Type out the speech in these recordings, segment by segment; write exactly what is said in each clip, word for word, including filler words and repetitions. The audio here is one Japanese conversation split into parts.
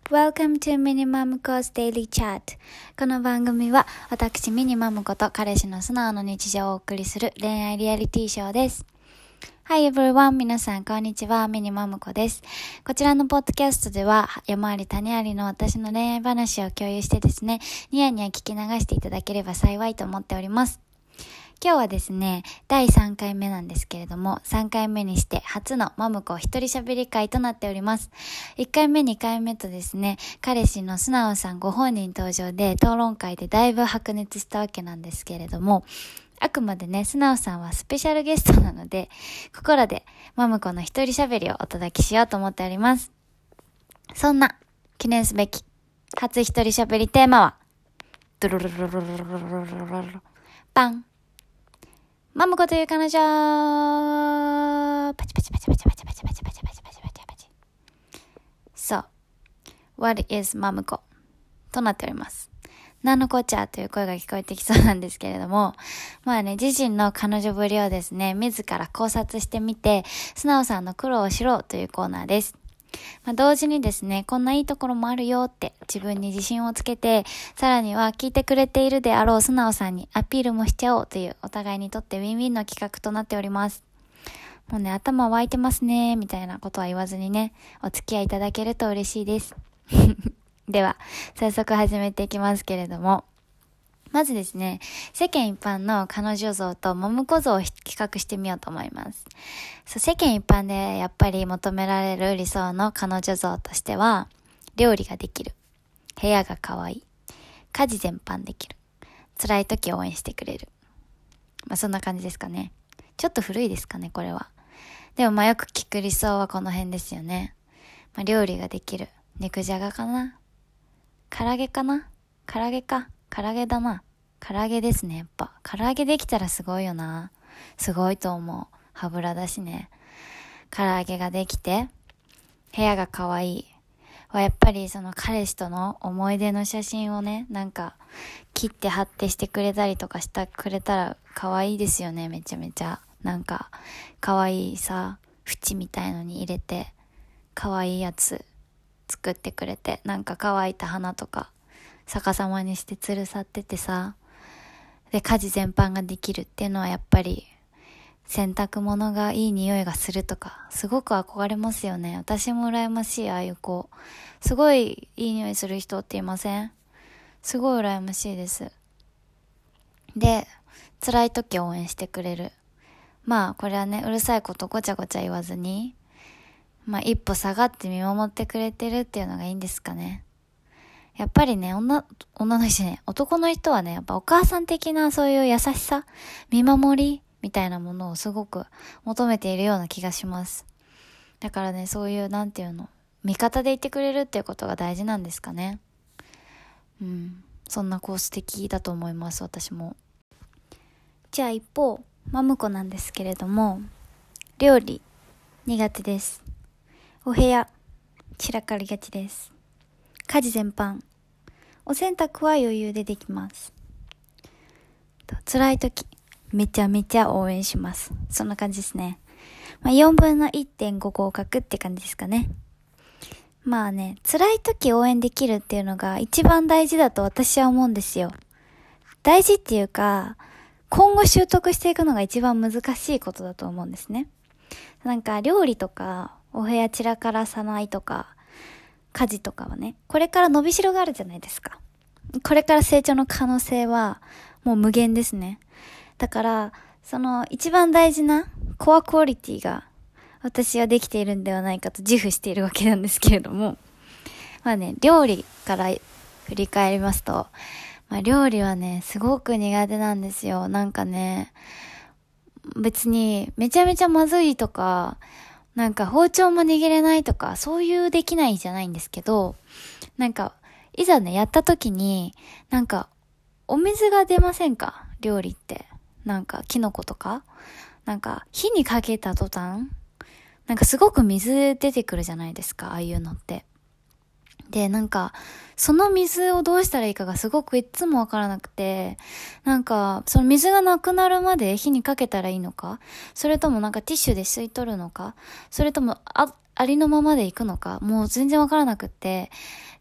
Welcome to Minimum Co's Daily Chat。 この番組は私ミニマムこと彼氏の素直な日常をお送りする恋愛リアリティショーです。Hi everyone、 皆さんこんにちは、ミニマムコです。こちらのポッドキャストでは山あり谷ありの私の恋愛話を共有してですね、ニヤニヤ聞き流していただければ幸いと思っております。今日はですね、だいさんかいめなんですけれども、さんかいめにして初のマムコ一人喋り会となっております。いっかいめ、にかいめとですね、彼氏の素直さんご本人登場で討論会でだいぶ白熱したわけなんですけれども、あくまでね、素直さんはスペシャルゲストなので、ここらでマムコの一人喋りをお届けしようと思っております。そんな記念すべき初一人喋りテーマは、ドロロロロロロロロロロパン。マムコという彼女、パチパチパチパチパチパチパチパチパチパチパチパチ。そう、What is マムコとなっております。なんのこっちゃという声が聞こえてきそうなんですけれども、まあね、自身の彼女ぶりをですね、自ら考察してみて、素直さんの苦労を知ろうというコーナーです。まあ、同時にですね、こんないいところもあるよって自分に自信をつけて、さらには聞いてくれているであろう素直さんにアピールもしちゃおうという、お互いにとってウィンウィンの企画となっております。もうね、頭湧いてますねみたいなことは言わずにね、お付き合いいただけると嬉しいです。では早速始めていきますけれども、まずですね、世間一般の彼女像とマムコ像を比較してみようと思います。そう、世間一般でやっぱり求められる理想の彼女像としては、料理ができる、部屋が可愛い、家事全般できる、辛い時応援してくれる。まあそんな感じですかね。ちょっと古いですかね、これは。でもまあよく聞く理想はこの辺ですよね。まあ、料理ができる、肉じゃがかな、唐揚げかな、唐揚げか。唐揚げだな。唐揚げですね、やっぱ。唐揚げできたらすごいよな。すごいと思う。歯ブラだしね。唐揚げができて、部屋が可愛い。はやっぱりその彼氏との思い出の写真をね、なんか切って貼ってしてくれたりとかしてくれたら可愛いですよね、めちゃめちゃ。なんか可愛いさ、縁みたいのに入れて、可愛いやつ作ってくれて、なんか乾いた花とか逆さまにして吊るさっててさ、で家事全般ができるっていうのはやっぱり洗濯物がいい匂いがするとかすごく憧れますよね。私も羨ましい。ああいう子すごいいい匂いする人っていません？すごい羨ましいです。で辛い時応援してくれる。まあこれはね、うるさいことごちゃごちゃ言わずに、まあ一歩下がって見守ってくれてるっていうのがいいんですかね。やっぱりね、女、女の人ね、男の人はね、やっぱお母さん的なそういう優しさ、見守りみたいなものをすごく求めているような気がします。だからね、そういうなんていうの、味方でいてくれるっていうことが大事なんですかね。うん、そんな子素敵だと思います、私も。じゃあ一方、マムコなんですけれども、料理苦手です。お部屋散らかりがちです。家事全般、お洗濯は余裕でできます。辛い時めちゃめちゃ応援します。そんな感じですね。まあ、よんぶんの いってんご 合格って感じですかね。まあね、辛い時応援できるっていうのが一番大事だと私は思うんですよ。大事っていうか、今後習得していくのが一番難しいことだと思うんですね。なんか料理とかお部屋散らからさないとか家事とかはね、これから伸びしろがあるじゃないですか。これから成長の可能性はもう無限ですね。だからその一番大事なコアクオリティが私はできているんではないかと自負しているわけなんですけれども、まあね、料理から振り返りますと、まあ、料理はねすごく苦手なんですよ。なんかね、別にめちゃめちゃまずいとか、なんか包丁も握れないとかそういうできないじゃないんですけど、なんかいざねやった時になんかお水が出ませんか？料理ってなんかキノコとかなんか火にかけた途端なんかすごく水出てくるじゃないですか、ああいうのって。で、なんかその水をどうしたらいいかがすごくいつもわからなくて、なんかその水がなくなるまで火にかけたらいいのか、それともなんかティッシュで吸い取るのか、それともあありのままでいくのか、もう全然わからなくって、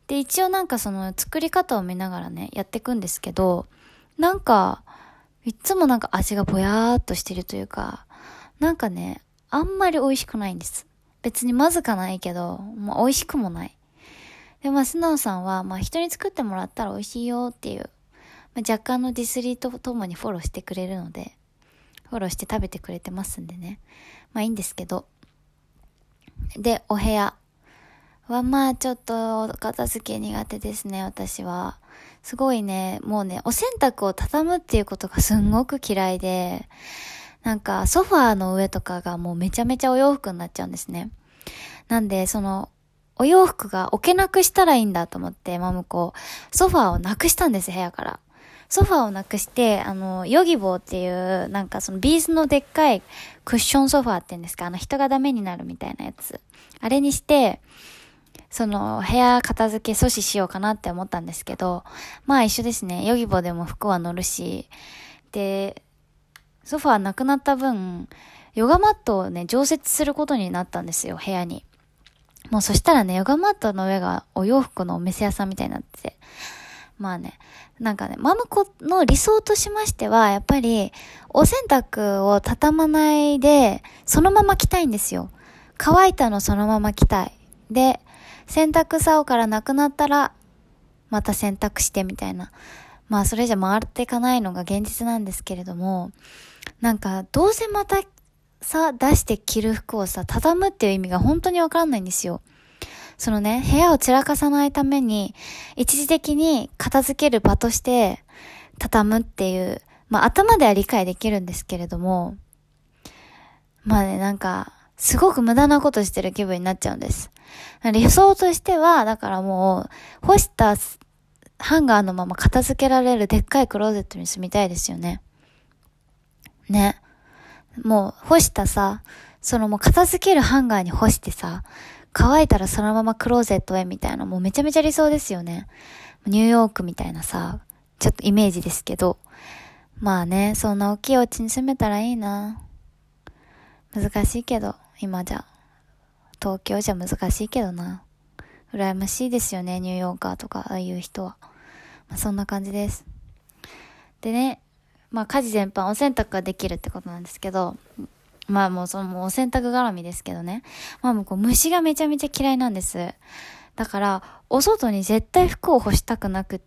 で、一応なんかその作り方を見ながらね、やっていくんですけど、なんか、いつもなんか味がぼやーっとしてるというか、なんかね、あんまり美味しくないんです。別にまずかないけど、まあ、美味しくもない。で、まあ、素直さんは、まあ、人に作ってもらったら美味しいよっていう、まあ、若干のディスリーとともにフォローしてくれるので、フォローして食べてくれてますんでね。まあ、いいんですけど。で、お部屋は、まあ、ちょっと、片付け苦手ですね、私は。すごいね、もうね、お洗濯を畳むっていうことがすんごく嫌いで、なんか、ソファーの上とかがもうめちゃめちゃお洋服になっちゃうんですね。なんで、その、お洋服が置けなくしたらいいんだと思って、マムコ、ソファーをなくしたんです、部屋から。ソファーをなくして、あの、ヨギボーっていう、なんかそのビーズのでっかいクッションソファーって言うんですか、あの人がダメになるみたいなやつ。あれにして、その、部屋片付け阻止しようかなって思ったんですけど、まあ一緒ですね。ヨギボーでも服は乗るし、で、ソファーなくなった分、ヨガマットをね、常設することになったんですよ、部屋に。もうそしたらね、ヨガマットの上がお洋服のお店屋さんみたいになってて。まあね、なんかね、マムコの理想としましては、やっぱり、お洗濯を畳まないで、そのまま着たいんですよ。乾いたのそのまま着たい。で、洗濯竿からなくなったら、また洗濯してみたいな。まあそれじゃ回っていかないのが現実なんですけれども、なんかどうせまたさ、出して着る服をさ、畳むっていう意味が本当にわかんないんですよ。そのね、部屋を散らかさないために、一時的に片付ける場として、畳むっていう、まあ頭では理解できるんですけれども、まあね、なんか、すごく無駄なことしてる気分になっちゃうんです。理想としては、だからもう、干したハンガーのまま片付けられるでっかいクローゼットに住みたいですよね。ね。もう干したさ、そのもう片付けるハンガーに干してさ、乾いたらそのままクローゼットへみたいな、もうめちゃめちゃ理想ですよね。ニューヨークみたいなさ、ちょっとイメージですけど。まあね、そんな大きいお家に住めたらいいな。難しいけど、今じゃ。東京じゃ難しいけどな。羨ましいですよね、ニューヨーカーとか、ああいう人は。まあそんな感じです。でね、まあ家事全般お洗濯ができるってことなんですけど、まあもうそのもうお洗濯絡みですけどね。まあもうこう虫がめちゃめちゃ嫌いなんです。だからお外に絶対服を干したくなくって、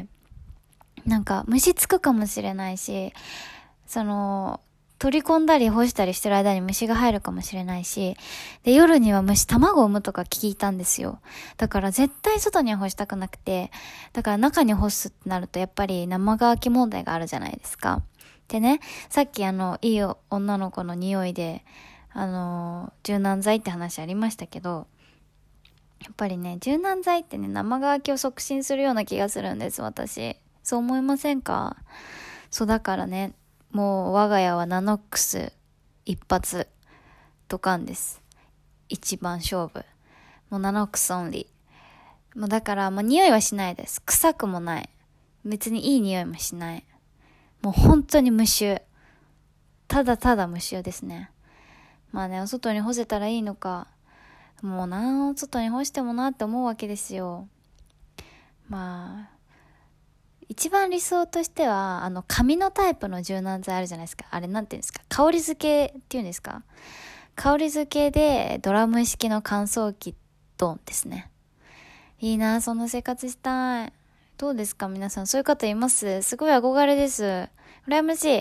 なんか虫つくかもしれないし、その取り込んだり干したりしてる間に虫が入るかもしれないし、で夜には虫卵を産むとか聞いたんですよ。だから絶対外には干したくなくて、だから中に干すってなるとやっぱり生乾き問題があるじゃないですか。でね、さっきあの、いい女の子の匂いで、あの、柔軟剤って話ありましたけど、やっぱりね、柔軟剤ってね、生乾きを促進するような気がするんです、私。そう思いませんか？そうだからね、もう我が家はナノックス一発、ドカンです。一番勝負。もうナノックスオンリー。もうだからもう匂いはしないです。臭くもない。別にいい匂いもしない。もう本当に無臭。ただただ無臭ですね。まあね、お外に干せたらいいのか。もうな、お外に干してもなって思うわけですよ。まあ、一番理想としては、あの、紙のタイプの柔軟剤あるじゃないですか。あれなんていうんですか。香り付けっていうんですか。香り付けでドラム式の乾燥機ドンですね。いいな、そんな生活したい。どうですか皆さん、そういう方います？すごい憧れです。羨ましい。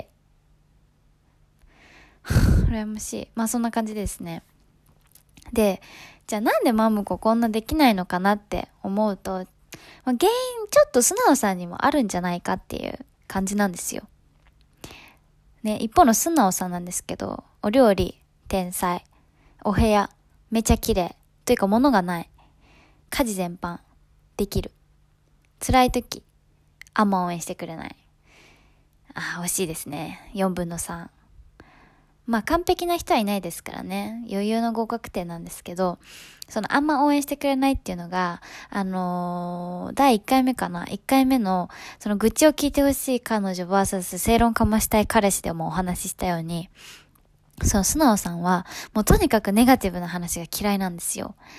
羨ましい。まあそんな感じですね。で、じゃあなんでマムコこんなできないのかなって思うと、まあ、原因ちょっと素直さんにもあるんじゃないかっていう感じなんですよ。ね、一方の素直さんなんですけど、お料理、天才、お部屋、めちゃ綺麗、というか物がない、家事全般、できる。辛い時、あんま応援してくれない。ああ、惜しいですね。よんぶんのさん。まあ完璧な人はいないですからね。余裕の合格点なんですけど、そのあんま応援してくれないっていうのが、あのー、だいいっかいめかな。いっかいめの、その愚痴を聞いてほしい彼女 ブイエス 正論かましたい彼氏でもお話ししたように、その素直さんは、もうとにかくネガティブな話が嫌いなんですよ。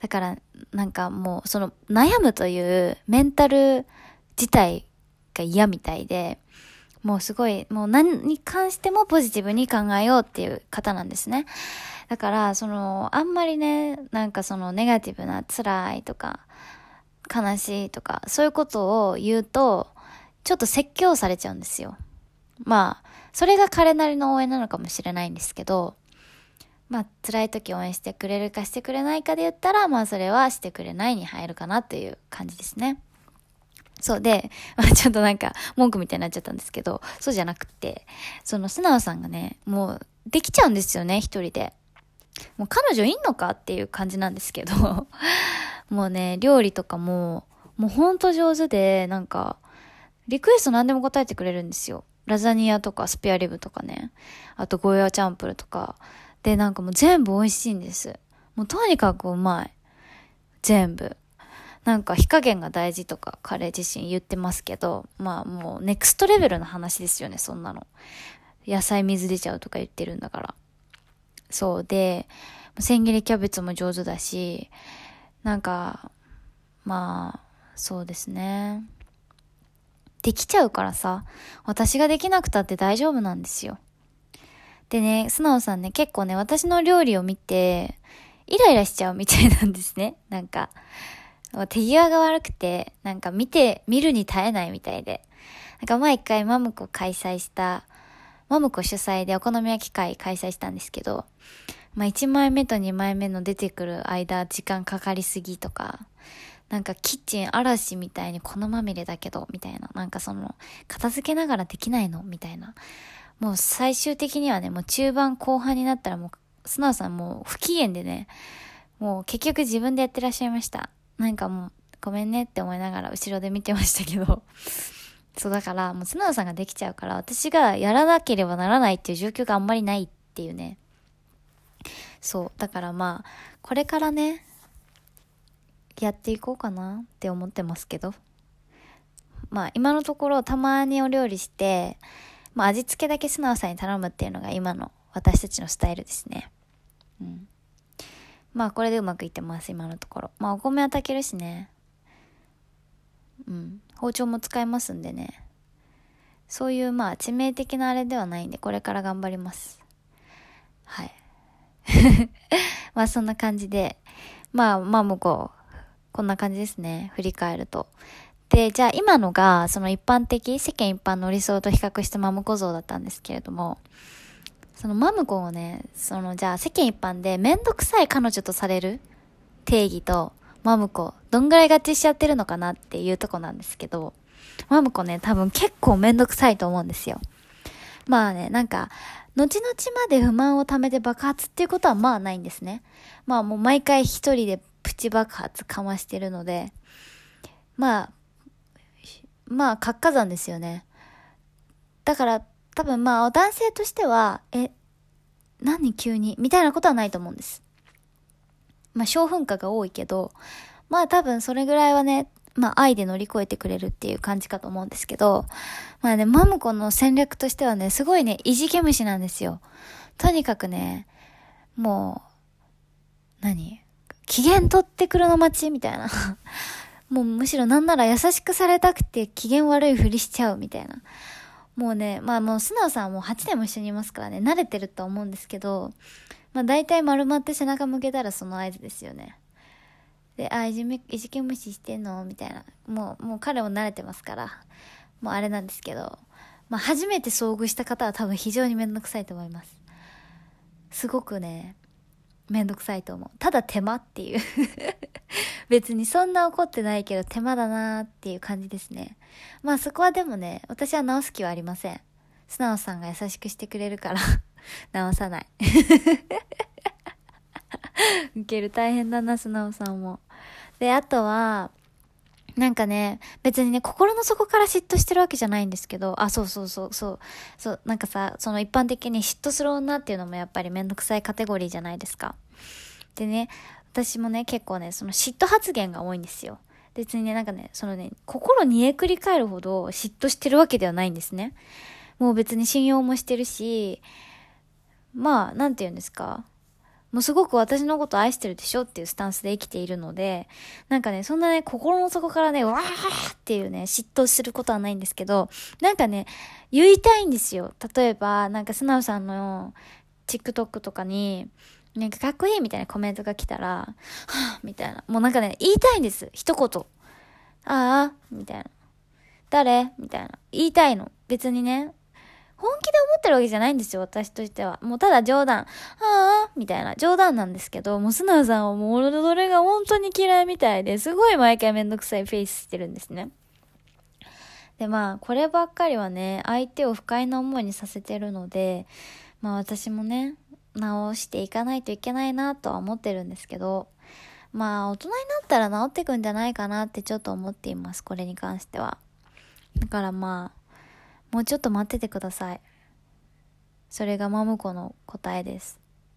だから、なんかもう、その、悩むというメンタル自体が嫌みたいで、もうすごい、もう何に関してもポジティブに考えようっていう方なんですね。だから、その、あんまりね、なんかそのネガティブな辛いとか、悲しいとか、そういうことを言うと、ちょっと説教されちゃうんですよ。まあ、それが彼なりの応援なのかもしれないんですけど、まあ、辛い時応援してくれるかしてくれないかで言ったら、まあ、それはしてくれないに入るかなっていう感じですね。そうで、まあ、ちょっとなんか文句みたいになっちゃったんですけど、そうじゃなくて、その素直さんがね、もうできちゃうんですよね、一人で。もう彼女いんのかっていう感じなんですけど、もうね、料理とかも、もうほんと上手で、なんか、リクエスト何でも答えてくれるんですよ。ラザニアとかスペアリブとかね。あとゴーヤーチャンプルとか。で、なんかもう全部美味しいんです。もうとにかくうまい。全部。なんか火加減が大事とか彼自身言ってますけど、まあもうネクストレベルの話ですよね、そんなの。野菜水出ちゃうとか言ってるんだから。そうで、千切りキャベツも上手だし、なんか、まあ、そうですね。できちゃうからさ、私ができなくたって大丈夫なんですよ。でね、素直さんね、結構ね、私の料理を見て、イライラしちゃうみたいなんですね。なんか、手際が悪くて、なんか見て、見るに耐えないみたいで。なんか前一回マムコ開催した、マムコ主催でお好み焼き会開催したんですけど、まあいちまいめとにまいめの出てくる間、時間かかりすぎとか、なんかキッチン嵐みたいに粉まみれだけど、みたいな。なんかその、片付けながらできないのみたいな。もう最終的にはね、もう中盤後半になったらもう、素直さんもう不機嫌でね、もう結局自分でやってらっしゃいました。なんかもう、ごめんねって思いながら後ろで見てましたけど。そうだから、もう素直さんができちゃうから、私がやらなければならないっていう状況があんまりないっていうね。そう。だからまあ、これからね、やっていこうかなって思ってますけど。まあ今のところたまにお料理して、まあ味付けだけ素直さんに頼むっていうのが今の私たちのスタイルですね。うん。まあこれでうまくいってます今のところ。まあお米は炊けるしね。うん。包丁も使えますんでね。そういうまあ致命的なあれではないんでこれから頑張ります。はい。まあそんな感じで。まあまあもうこう。こんな感じですね。振り返ると。で、じゃあ今のが、その一般的、世間一般の理想と比較したマムコ像だったんですけれども、そのマムコをね、そのじゃあ世間一般でめんどくさい彼女とされる定義と、マムコ、どんぐらい合致しちゃってるのかなっていうとこなんですけど、マムコね、多分結構めんどくさいと思うんですよ。まあね、なんか、後々まで不満を溜めて爆発っていうことはまあないんですね。まあもう毎回一人でプチ爆発かましてるので、まあ、まあ、活火山ですよね。だから、多分まあ、男性としては、え、何急にみたいなことはないと思うんです。まあ、小噴火が多いけど、まあ多分それぐらいはね、まあ愛で乗り越えてくれるっていう感じかと思うんですけど、まあね、マムコの戦略としてはね、すごいね、いじけ虫なんですよ。とにかくね、もう、何機嫌取ってくるの待ちみたいな。もうむしろなんなら優しくされたくて機嫌悪いふりしちゃうみたいな。もうね、まあもう素直さんはもうはちねんも一緒にいますからね、慣れてると思うんですけど、まあ大体丸まって背中向けたらその合図ですよね。で、あ、いじめ、いじけ無視してんのみたいな。もう、もう彼も慣れてますから、もうあれなんですけど、まあ初めて遭遇した方は多分非常にめんどくさいと思います。すごくね、めんどくさいと思う。ただ手間っていう。別にそんな怒ってないけど手間だなーっていう感じですね。まあそこはでもね、私は直す気はありません。素直さんが優しくしてくれるから直さない。ウケる、大変だな、素直さんも。で、あとは、なんかね、別にね、心の底から嫉妬してるわけじゃないんですけど、あ、そうそうそう、そう、そう、なんかさ、その一般的に嫉妬する女っていうのもやっぱりめんどくさいカテゴリーじゃないですか。でね、私もね、結構ね、その嫉妬発言が多いんですよ。別にね、なんかね、そのね、心煮えくり返るほど嫉妬してるわけではないんですね。もう別に信用もしてるし、まあ、なんて言うんですか。 もうすごく私のこと愛してるでしょっていうスタンスで生きているので、なんかね、そんなね、心の底からね、わーっていうね、嫉妬することはないんですけど、なんかね、言いたいんですよ。例えば、なんか素直さんの TikTok とかに、なんかかっこいいみたいなコメントが来たら、はぁみたいな。もうなんかね、言いたいんです。一言。ああ、みたいな。誰みたいな。言いたいの。別にね、本気で思ってるわけじゃないんですよ、私としては。もうただ冗談。ああ、みたいな。冗談なんですけど、もう素直さんはもうどれが本当に嫌いみたいで、すごい毎回めんどくさいフェイスしてるんですね。で、まあ、こればっかりはね、相手を不快な思いにさせてるので、まあ私もね、直していかないといけないなとは思ってるんですけど、まあ大人になったら直っていくんじゃないかなってちょっと思っています、これに関しては。だからまあ、もうちょっと待っててください。それがマムコの答えです。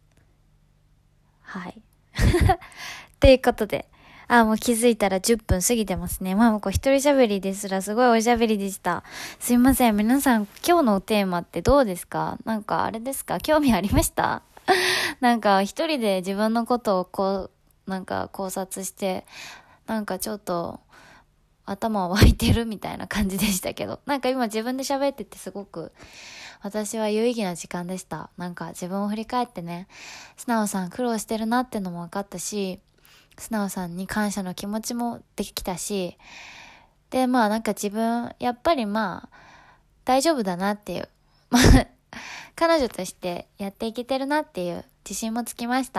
はい。ということで、あ、もう気づいたらじゅっぷん過ぎてますね。マムコ一人喋りですらすごいおしゃべりでした。すいません。皆さん今日のテーマってどうですか？なんかあれですか？興味ありました？なんか一人で自分のことをこう、なんか考察して、なんかちょっと頭湧いてるみたいな感じでしたけど、なんか今自分で喋っててすごく私は有意義な時間でした。なんか自分を振り返ってね、素直さん苦労してるなってのも分かったし、素直さんに感謝の気持ちもできたし、でまあなんか自分やっぱりまあ大丈夫だなっていう、まあ彼女としてやっていけてるなっていう自信もつきました。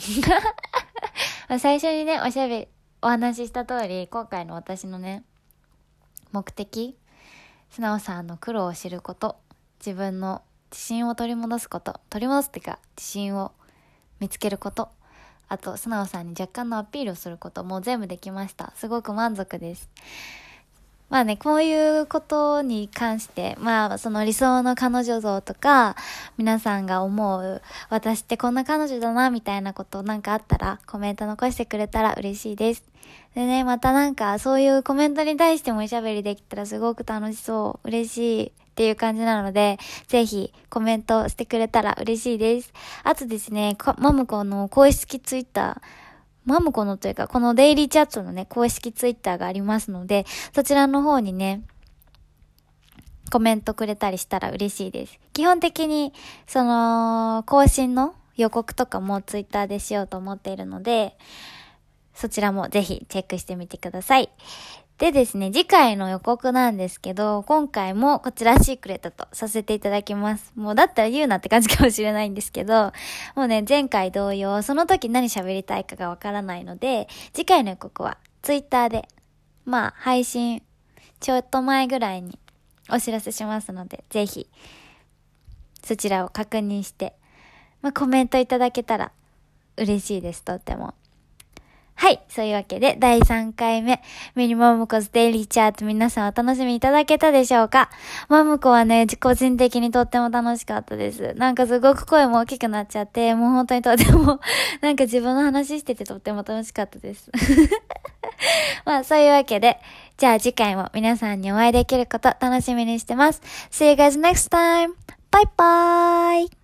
最初にねおしゃべりお話しした通り、今回の私のね目的、素直さんの苦労を知ること、自分の自信を取り戻すこと、取り戻すっていうか自信を見つけること、あと素直さんに若干のアピールをすること、もう全部できました。すごく満足です。まあね、こういうことに関して、まあその理想の彼女像とか、皆さんが思う私ってこんな彼女だなみたいなことなんかあったらコメント残してくれたら嬉しいです。でね、またなんかそういうコメントに対してもおしゃべりできたらすごく楽しそう、嬉しいっていう感じなので、ぜひコメントしてくれたら嬉しいです。あとですね、マムコの公式ツイッター、マムコのというか、このデイリーチャットのね、公式ツイッターがありますので、そちらの方にね、コメントくれたりしたら嬉しいです。基本的に、その、更新の予告とかもツイッターでしようと思っているので、そちらもぜひチェックしてみてください。でですね、次回の予告なんですけど、今回もこちらシークレットとさせていただきます。もうだったら言うなって感じかもしれないんですけど、もうね、前回同様、その時何喋りたいかがわからないので、次回の予告はツイッターで、まあ配信ちょっと前ぐらいにお知らせしますので、ぜひそちらを確認して、まあコメントいただけたら嬉しいです、とっても。はい。そういうわけで、だいさんかいめ、ミニマムコズデイリーチャート、皆さんお楽しみいただけたでしょうか？マムコはね、個人的にとっても楽しかったです。なんかすごく声も大きくなっちゃって、もう本当にとっても、なんか自分の話しててとっても楽しかったです。まあ、そういうわけで、じゃあ次回も皆さんにお会いできること楽しみにしてます。See you guys next time! バイバーイ